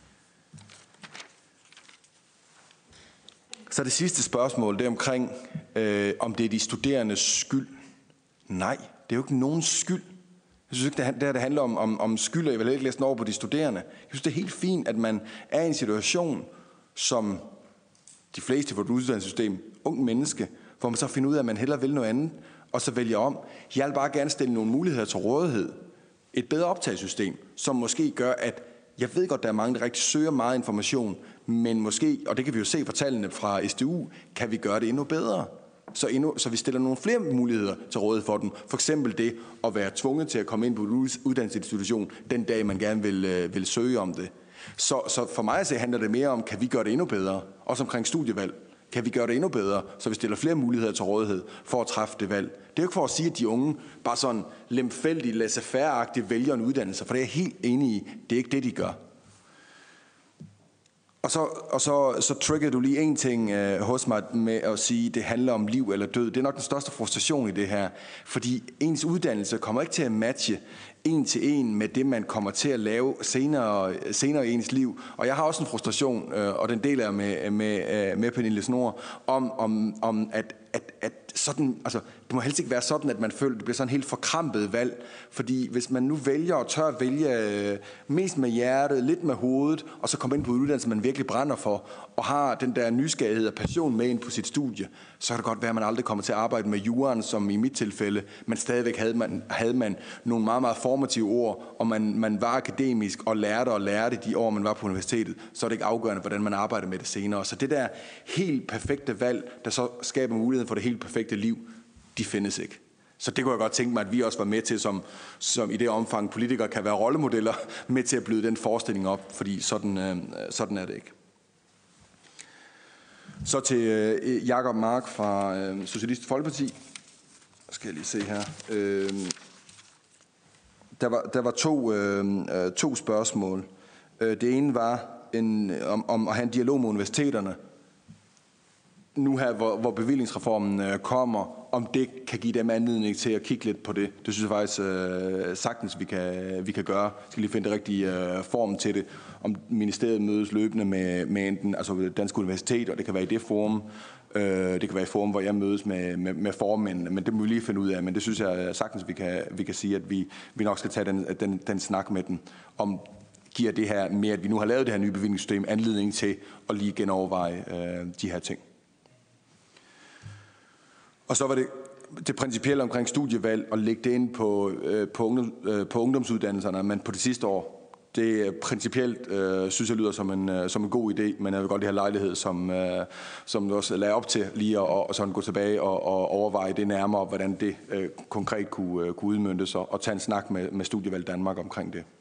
Så det sidste spørgsmål, det er omkring om det er de studerendes skyld. Nej, det er jo ikke nogens skyld. Jeg synes ikke, det handler om skyld, og jeg vil ikke læse den over på de studerende. Jeg synes, det er helt fint, at man er i en situation, som de fleste for et uddannelsessystem, ung menneske, hvor man så finder ud af, at man hellere vil noget andet, og så vælger om. Jeg vil bare gerne stille nogle muligheder til rådighed. Et bedre optagelsessystem, som måske gør, at jeg ved godt, der er mange, der rigtig søger meget information, men måske, og det kan vi jo se fra tallene fra SDU, kan vi gøre det endnu bedre. Så vi stiller nogle flere muligheder til rådighed for dem. For eksempel det at være tvunget til at komme ind på en uddannelsesinstitution den dag, man gerne vil søge om det. Så for mig så handler det mere om, kan vi gøre det endnu bedre? Også omkring studievalg. Kan vi gøre det endnu bedre, så vi stiller flere muligheder til rådighed for at træffe det valg? Det er jo ikke for at sige, at de unge bare sådan lemfældigt, laissez-faire-agtigt vælger en uddannelse, for det er jeg helt enig i. Det er ikke det, de gør. Og så triggede du lige en ting hos mig med at sige, at det handler om liv eller død. Det er nok den største frustration i det her, fordi ens uddannelse kommer ikke til at matche en til en med det, man kommer til at lave senere i ens liv. Og jeg har også en frustration, og den deler jeg med Pernille Schnoor, om at sådan, altså, det må helst ikke være sådan, at man føler, at det bliver sådan helt forkrampet valg. Fordi hvis man nu vælger og tør at vælge mest med hjertet, lidt med hovedet, og så kommer ind på en uddannelse, man virkelig brænder for, og har den der nysgerrighed og passion med ind på sit studie, så kan det godt være, at man aldrig kommer til at arbejde med juraen, som i mit tilfælde, men stadigvæk havde man nogle meget, meget formative ord, og man var akademisk og lærte de år, man var på universitetet, så er det ikke afgørende, hvordan man arbejder med det senere. Så det der helt perfekte valg, der så skaber muligheden for det helt perfekte liv, de findes ikke. Så det kunne jeg godt tænke mig, at vi også var med til, som i det omfang politikere kan være rollemodeller, med til at bløde den forestilling op, fordi sådan er det ikke. Så til Jacob Mark fra Socialistisk Folkeparti. Skal jeg lige se her. Der var to spørgsmål. Det ene var om at have en dialog med universiteterne. Nu her, hvor bevillingsreformen kommer, om det kan give dem anledning til at kigge lidt på det. Det synes jeg faktisk sagtens, vi kan gøre. Vi skal lige finde det rigtige form til det. Om ministeriet mødes løbende med enten altså Dansk Universitet, og det kan være i det forum. Det kan være i forum, hvor jeg mødes med formændene, men det må vi lige finde ud af. Men det synes jeg sagtens, vi kan sige, at vi nok skal tage den snak med dem om giver det her med, at vi nu har lavet det her nye bevillingssystem, anledning til at lige genoverveje de her ting. Og så var det principielle omkring studievalg og lægge det ind på ungdomsuddannelserne, men på det sidste år. Det er principielt, synes jeg lyder som en god idé, men jeg vil godt have lejlighed, som du også lagde op til, lige at sådan gå tilbage og overveje det nærmere, hvordan det konkret kunne udmøntes, og tage en snak med Studievalg Danmark omkring det.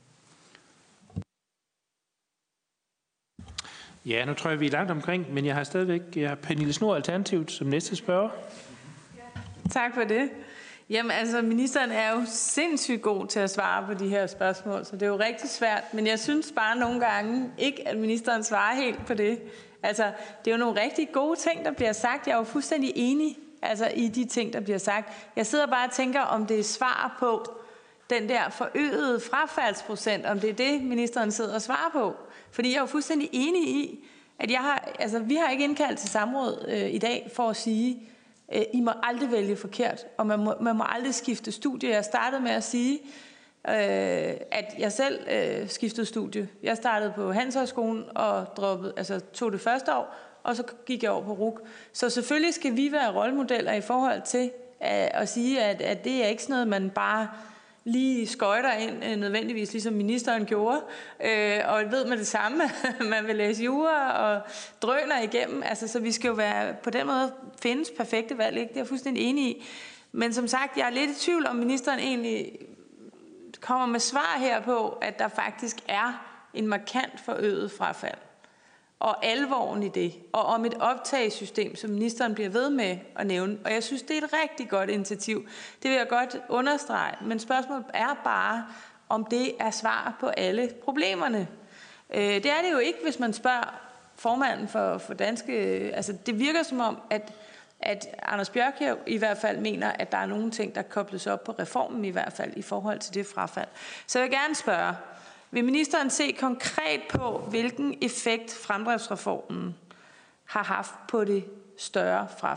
Ja, nu tror jeg, vi er langt omkring, men jeg har Pernille Schnoor Alternativet som næste spørger. Tak for det. Jamen altså, ministeren er jo sindssygt god til at svare på de her spørgsmål, så det er jo rigtig svært. Men jeg synes bare nogle gange ikke, at ministeren svarer helt på det. Altså, det er jo nogle rigtig gode ting, der bliver sagt. Jeg er jo fuldstændig enig i de ting, der bliver sagt. Jeg sidder bare og tænker, om det er svar på den der forøgede frafaldsprocent, om det er det, ministeren sidder og svarer på. Fordi jeg er jo fuldstændig enig i, at vi har ikke indkaldt til samråd i dag for at sige, I må aldrig vælge forkert, og man må aldrig skifte studie. Jeg startede med at sige, at jeg selv skiftede studie. Jeg startede på Handelshøjskolen og tog det første år, og så gik jeg over på RUC. Så selvfølgelig skal vi være rollemodeller i forhold til at sige, at det er ikke sådan noget, man bare lige skøjter ind, nødvendigvis ligesom ministeren gjorde, og ved med det samme, man vil læse jura og drøner igennem. Altså, så vi skal jo være på den måde findes perfekte valg, ikke? Det er jeg fuldstændig enig i. Men som sagt, jeg er lidt i tvivl, om ministeren egentlig kommer med svar her på, at der faktisk er en markant forøget frafald. Og alvoren i det, og om et optagssystem, som ministeren bliver ved med at nævne. Og jeg synes, det er et rigtig godt initiativ. Det vil jeg godt understrege. Men spørgsmålet er bare, om det er svar på alle problemerne. Det er det jo ikke, hvis man spørger formanden for Danske. Altså, det virker som om, at Anders Bjørkjær i hvert fald mener, at der er nogle ting, der kobles op på reformen i hvert fald, i forhold til det frafald. Så jeg vil gerne spørge, vil ministeren se konkret på, hvilken effekt fremdriftsreformen har haft på det større frafald?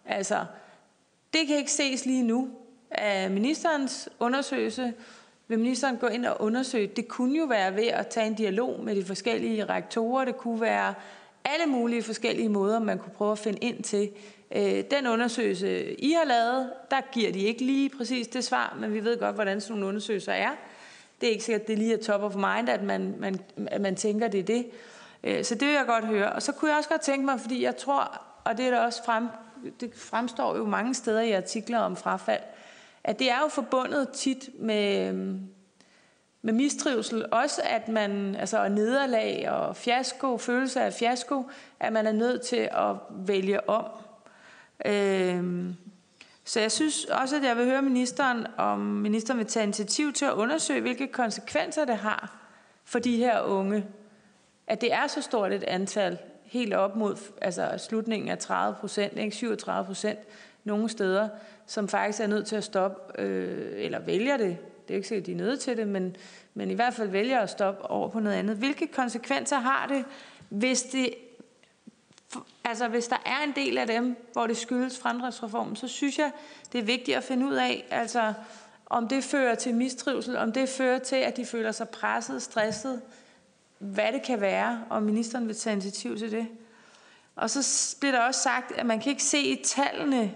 Altså, det kan ikke ses lige nu af ministerens undersøgelse. Vil ministeren gå ind og undersøge? Det kunne jo være ved at tage en dialog med de forskellige rektorer. Det kunne være alle mulige forskellige måder, man kunne prøve at finde ind til. Den undersøgelse, I har lavet, der giver de ikke lige præcis det svar, men vi ved godt, hvordan sådan nogle undersøgelser er. Det er ikke sikkert, at det lige er top of mind, at man tænker, det er det. Så det vil jeg godt høre. Og så kunne jeg også godt tænke mig, fordi jeg tror, og det er der også det fremstår jo mange steder i artikler om frafald, at det er jo forbundet tit med mistrivsel. Også at man, altså nederlag og fiasko, følelse af fiasko, at man er nødt til at vælge om. Så jeg synes også, at jeg vil høre ministeren, om ministeren vil tage initiativ til at undersøge, hvilke konsekvenser det har for de her unge, at det er så stort et antal, helt op mod slutningen af 30%, 37% nogle steder, som faktisk er nødt til at stoppe, eller vælger det. Det er ikke sikkert, at de er nødt til det, men i hvert fald vælger at stoppe over på noget andet. Hvilke konsekvenser har det, hvis der er en del af dem, hvor det skyldes fremdriftsreformen, så synes jeg, det er vigtigt at finde ud af, om det fører til mistrivsel, om det fører til, at de føler sig presset, stresset, hvad det kan være, og ministeren vil tage initiativ til det. Og så bliver der også sagt, at man kan ikke se i tallene,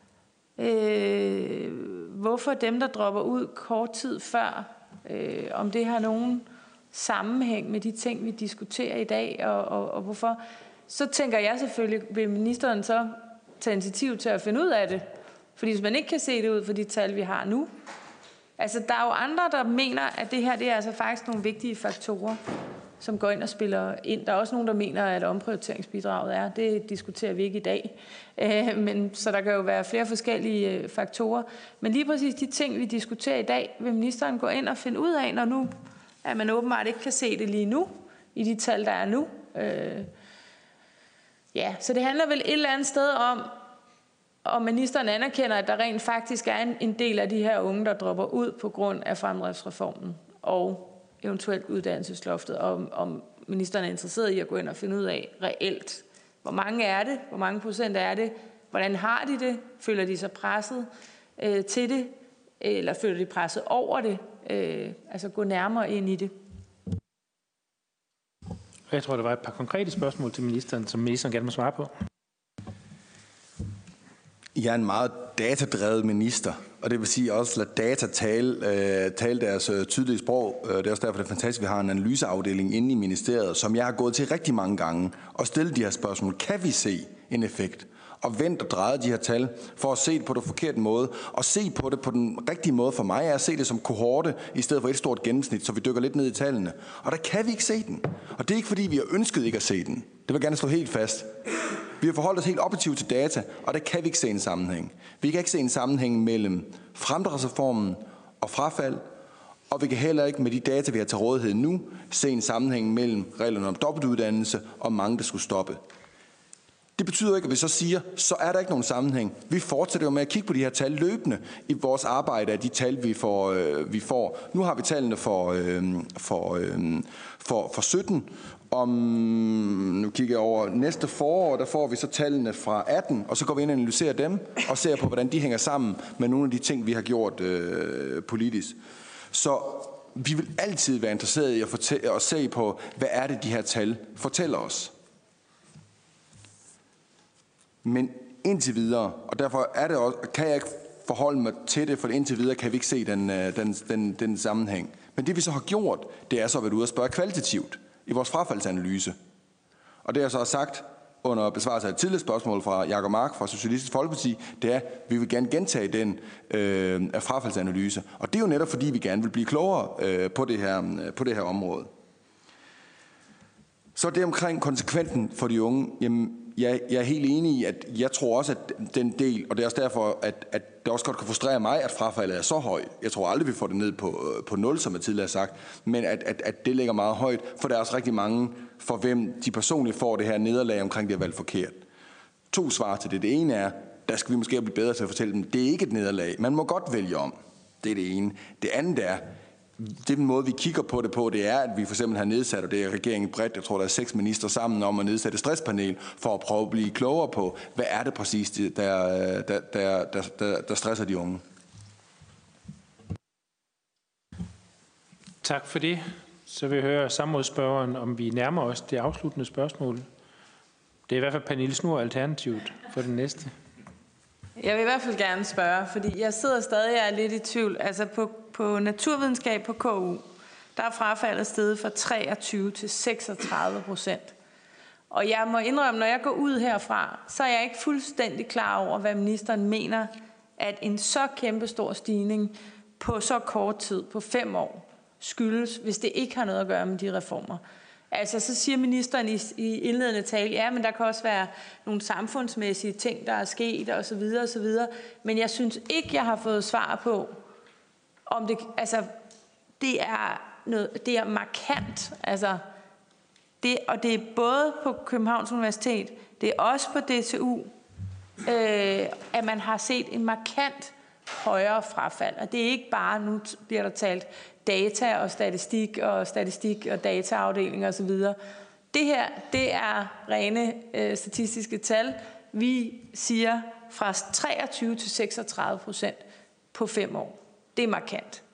hvorfor dem, der dropper ud kort tid før, om det har nogen sammenhæng med de ting, vi diskuterer i dag, og hvorfor. Så tænker jeg selvfølgelig, vil ministeren så tage initiativ til at finde ud af det? Fordi hvis man ikke kan se det ud for de tal, vi har nu. Altså, der er jo andre, der mener, at det her, det er altså faktisk nogle vigtige faktorer, som går ind og spiller ind. Der er også nogen, der mener, at omprioriteringsbidraget er. Det diskuterer vi ikke i dag. Så der kan jo være flere forskellige faktorer. Men lige præcis de ting, vi diskuterer i dag, vil ministeren gå ind og finde ud af, når nu, at man åbenbart ikke kan se det lige nu, i de tal, der er nu. Så det handler vel et eller andet sted om ministeren anerkender, at der rent faktisk er en del af de her unge, der dropper ud på grund af fremdriftsreformen og eventuelt uddannelsesloftet, om ministeren er interesseret i at gå ind og finde ud af reelt, hvor mange er det, hvor mange procent er det, hvordan har de det, føler de sig presset til det, eller føler de presset over det, gå nærmere ind i det. Jeg tror, der var et par konkrete spørgsmål til ministeren, som ministeren gerne må svare på. Jeg er en meget datadrevet minister, og det vil sige også lade data tale deres tydelige sprog. Det er også derfor, det er fantastisk, at vi har en analyseafdeling inde i ministeriet, som jeg har gået til rigtig mange gange og stillet de her spørgsmål. Kan vi se en effekt? Og vendt og drejet de her tal for at se det på den forkerte måde, og se på det på den rigtige måde for mig er at se det som kohorte, i stedet for et stort gennemsnit, så vi dykker lidt ned i tallene. Og der kan vi ikke se den. Og det er ikke fordi, vi har ønsket ikke at se den. Det vil jeg gerne slå helt fast. Vi har forholdt os helt objektivt til data, og der kan vi ikke se en sammenhæng. Vi kan ikke se en sammenhæng mellem fremdriftsreformen og frafald, og vi kan heller ikke med de data, vi har til rådighed nu, se en sammenhæng mellem reglerne om dobbeltuddannelse og mange, der skulle stoppe. Det betyder ikke, at vi så siger, så er der ikke nogen sammenhæng. Vi fortsætter jo med at kigge på de her tal løbende i vores arbejde af de tal, vi får. Nu har vi tallene for 17. Nu kigger jeg over næste forår, der får vi så tallene fra 18, og så går vi ind og analyserer dem og ser på, hvordan de hænger sammen med nogle af de ting, vi har gjort politisk. Så vi vil altid være interesseret i at se på, hvad er det, de her tal fortæller os. Men indtil videre, og derfor er det også, kan jeg ikke forholde mig til det, for indtil videre kan vi ikke se den sammenhæng. Men det vi så har gjort, det er så at være ude og spørge kvalitativt i vores frafaldsanalyse. Og det jeg så har sagt under besvarelse af et tidligere spørgsmål fra Jacob Mark fra Socialistisk Folkeparti, det er, at vi vil gerne gentage den frafaldsanalyse. Og det er jo netop fordi, vi gerne vil blive klogere på det her område. Så det omkring konsekvensen for de unge, jamen, jeg er helt enig i, at jeg tror også, at den del, og det er også derfor, at det også godt kan frustrere mig, at frafaldet er så højt. Jeg tror aldrig, vi får det ned på 0, som jeg tidligere har sagt, men at det ligger meget højt, for der er også rigtig mange, for hvem de personligt får det her nederlag omkring det at valgt forkert. 2 svar til det. Det ene er, der skal vi måske blive bedre til at fortælle dem, det er ikke et nederlag. Man må godt vælge om. Det er det ene. Det andet er, Den måde, vi kigger på det, det er, at vi for eksempel har nedsat, og det er regeringen bredt, jeg tror, der er 6 minister sammen om at nedsætte et stresspanel for at prøve at blive klogere på, hvad er det præcis, der stresser de unge. Tak for det. Så vil jeg høre samrådsspørgeren, om vi nærmer os det afsluttende spørgsmål. Det er i hvert fald Pernille Schnoor, Alternativet, for den næste. Jeg vil i hvert fald gerne spørge, fordi jeg sidder stadig og er lidt i tvivl. Altså på naturvidenskab på KU, der er frafaldet steget fra 23 til 36%. Og jeg må indrømme, når jeg går ud herfra, så er jeg ikke fuldstændig klar over, hvad ministeren mener, at en så kæmpestor stigning på så kort tid, på 5 år, skyldes, hvis det ikke har noget at gøre med de reformer. Altså, så siger ministeren i indledende tale, ja, men der kan også være nogle samfundsmæssige ting, der er sket, og så videre, og så videre. Men jeg synes ikke, jeg har fået svar på, om det, altså, det er markant, altså, og det er både på Københavns Universitet, det er også på DTU, at man har set en markant højere frafald. Og det er ikke bare, nu bliver der talt data og statistik og dataafdeling og så videre. Det her, det er rene statistiske tal. Vi siger fra 23 til 36% på 5 år. Det er markant.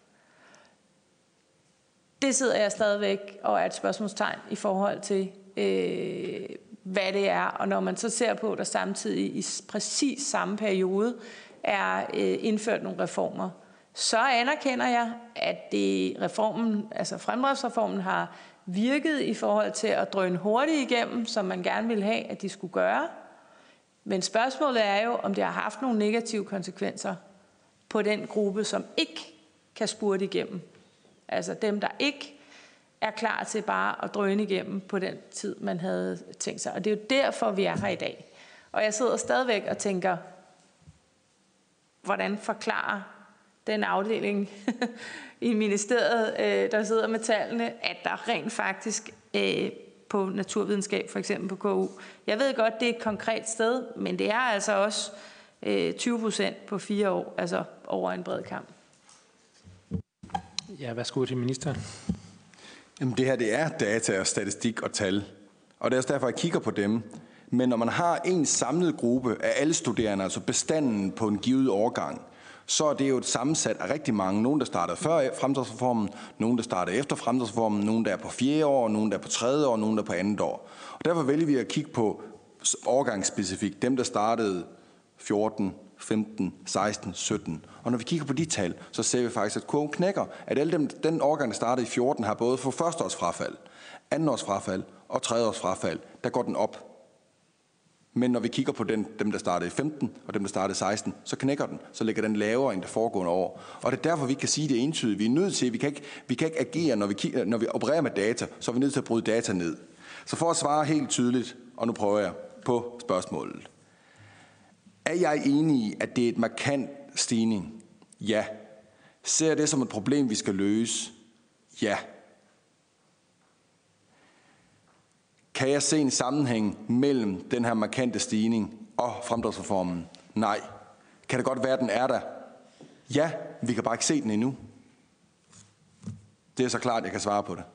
Det sidder jeg stadigvæk og er et spørgsmålstegn i forhold til, hvad det er. Og når man så ser på, at der samtidig i præcis samme periode er indført nogle reformer, så anerkender jeg, at fremdriftsreformen har virket i forhold til at drøne hurtigt igennem, som man gerne ville have, at de skulle gøre. Men spørgsmålet er jo, om det har haft nogle negative konsekvenser på den gruppe, som ikke kan spurte igennem. Altså dem, der ikke er klar til bare at drøne igennem på den tid, man havde tænkt sig. Og det er jo derfor, vi er her i dag. Og jeg sidder stadigvæk og tænker, hvordan forklarer den afdeling i ministeriet, der sidder med tallene, at der rent faktisk på naturvidenskab, for eksempel på KU. Jeg ved godt, det er et konkret sted, men det er altså også 20% på 4 år, altså over en bred kamp. Ja, værsgo til ministeren. Jamen det her, det er data og statistik og tal, og det er også derfor, jeg kigger på dem. Men når man har en samlet gruppe af alle studerende, altså bestanden på en givet årgang, så er det jo et sammensat af rigtig mange. Nogle, der starter før fremdriftsreformen, nogle, der starter efter fremdriftsreformen, nogle, der er på 4. år, nogle, der er på 3. år, nogle, der er på 2. år. Og derfor vælger vi at kigge på årgangsspecifikt, dem, der startede 14, 15, 16, 17. Og når vi kigger på de tal, så ser vi faktisk, at kurven knækker. At alle dem, den årgang, der startede i 14, har både fået 1. års frafald, 2. års frafald og 3. års frafald. Der går den op. Men når vi kigger på dem, der startede i 15, og dem, der startede i 16, så knækker den. Så ligger den lavere end det foregående år. Og det er derfor, vi kan sige det entydigt. Vi er nødt til, vi kan ikke agere, når vi opererer med data, så er vi nødt til at bryde data ned. Så for at svare helt tydeligt, og nu prøver jeg på spørgsmålet. Er jeg enig i, at det er et markant stigning? Ja. Ser jeg det som et problem, vi skal løse? Ja. Kan jeg se en sammenhæng mellem den her markante stigning og fremdriftsreformen? Nej. Kan det godt være, at den er der? Ja, vi kan bare ikke se den endnu. Det er så klart, jeg kan svare på det.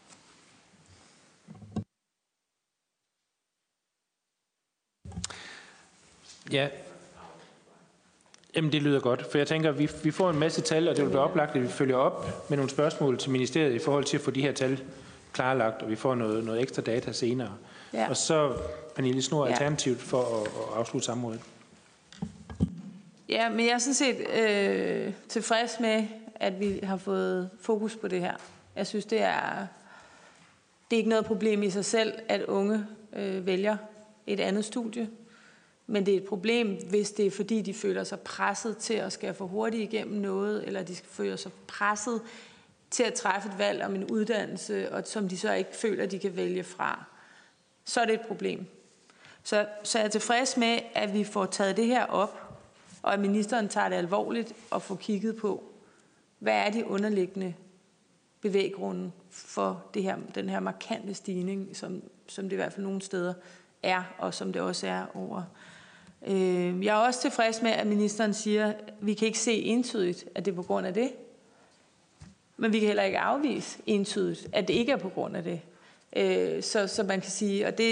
Ja. Jamen det lyder godt, for jeg tænker, at vi får en masse tal, og det vil være oplagt, at vi følger op med nogle spørgsmål til ministeriet i forhold til at få de her tal klarlagt, og vi får noget ekstra data senere. Ja. Og så Pernille Schnoor, Alternativet for at afslutte samrådet. Ja, men jeg er sådan set tilfreds med, at vi har fået fokus på det her. Jeg synes, det er ikke noget problem i sig selv, at unge vælger et andet studie. Men det er et problem, hvis det er fordi, de føler sig presset til at skære for hurtigt igennem noget, eller de føler sig presset til at træffe et valg om en uddannelse, og som de så ikke føler, de kan vælge fra. Så er det et problem. Så jeg er tilfreds med, at vi får taget det her op, og at ministeren tager det alvorligt og får kigget på, hvad er de underliggende bevæggrunde for den her markante stigning, som det i hvert fald nogle steder er, og som det også er over. Jeg er også tilfreds med, at ministeren siger, at vi kan ikke se entydigt, at det er på grund af det. Men vi kan heller ikke afvise entydigt, at det ikke er på grund af det. Så man kan sige, og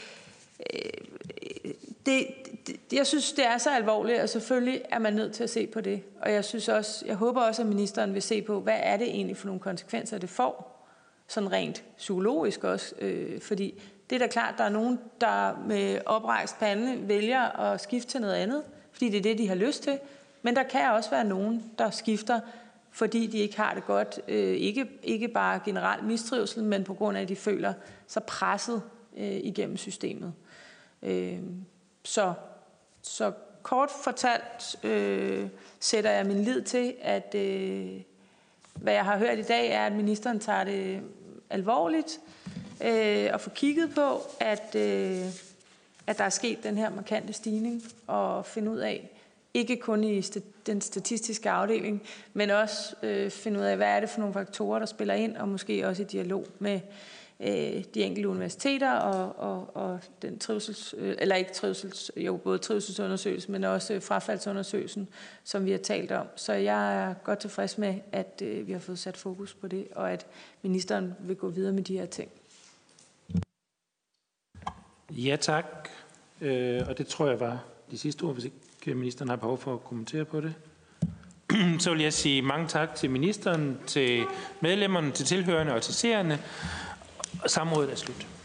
jeg synes, det er så alvorligt, og selvfølgelig er man nødt til at se på det. Og jeg håber også, at ministeren vil se på, hvad er det egentlig for nogle konsekvenser, det får, sådan rent psykologisk også. Fordi det er da klart, der er nogen, der med oprejst pande vælger at skifte til noget andet, fordi det er det, de har lyst til. Men der kan også være nogen, der skifter, fordi de ikke har det godt. Ikke bare generelt mistrivsel, men på grund af, at de føler sig presset igennem systemet. Så kort fortalt sætter jeg min lid til, at hvad jeg har hørt i dag, er, at ministeren tager det alvorligt og får kigget på, at der er sket den her markante stigning, og finde ud af, ikke kun i den statistiske afdeling, men også finde ud af, hvad er det for nogle faktorer, der spiller ind, og måske også i dialog med de enkelte universiteter og den både trivselsundersøgelsen, men også frafaldsundersøgelsen, som vi har talt om. Så jeg er godt tilfreds med, at vi har fået sat fokus på det, og at ministeren vil gå videre med de her ting. Ja, tak. Og det tror jeg var de sidste ord, hvis ikke ministeren har behov for at kommentere på det. Så vil jeg sige mange tak til ministeren, til medlemmerne, til tilhørende og til seerne. Samrådet er slut.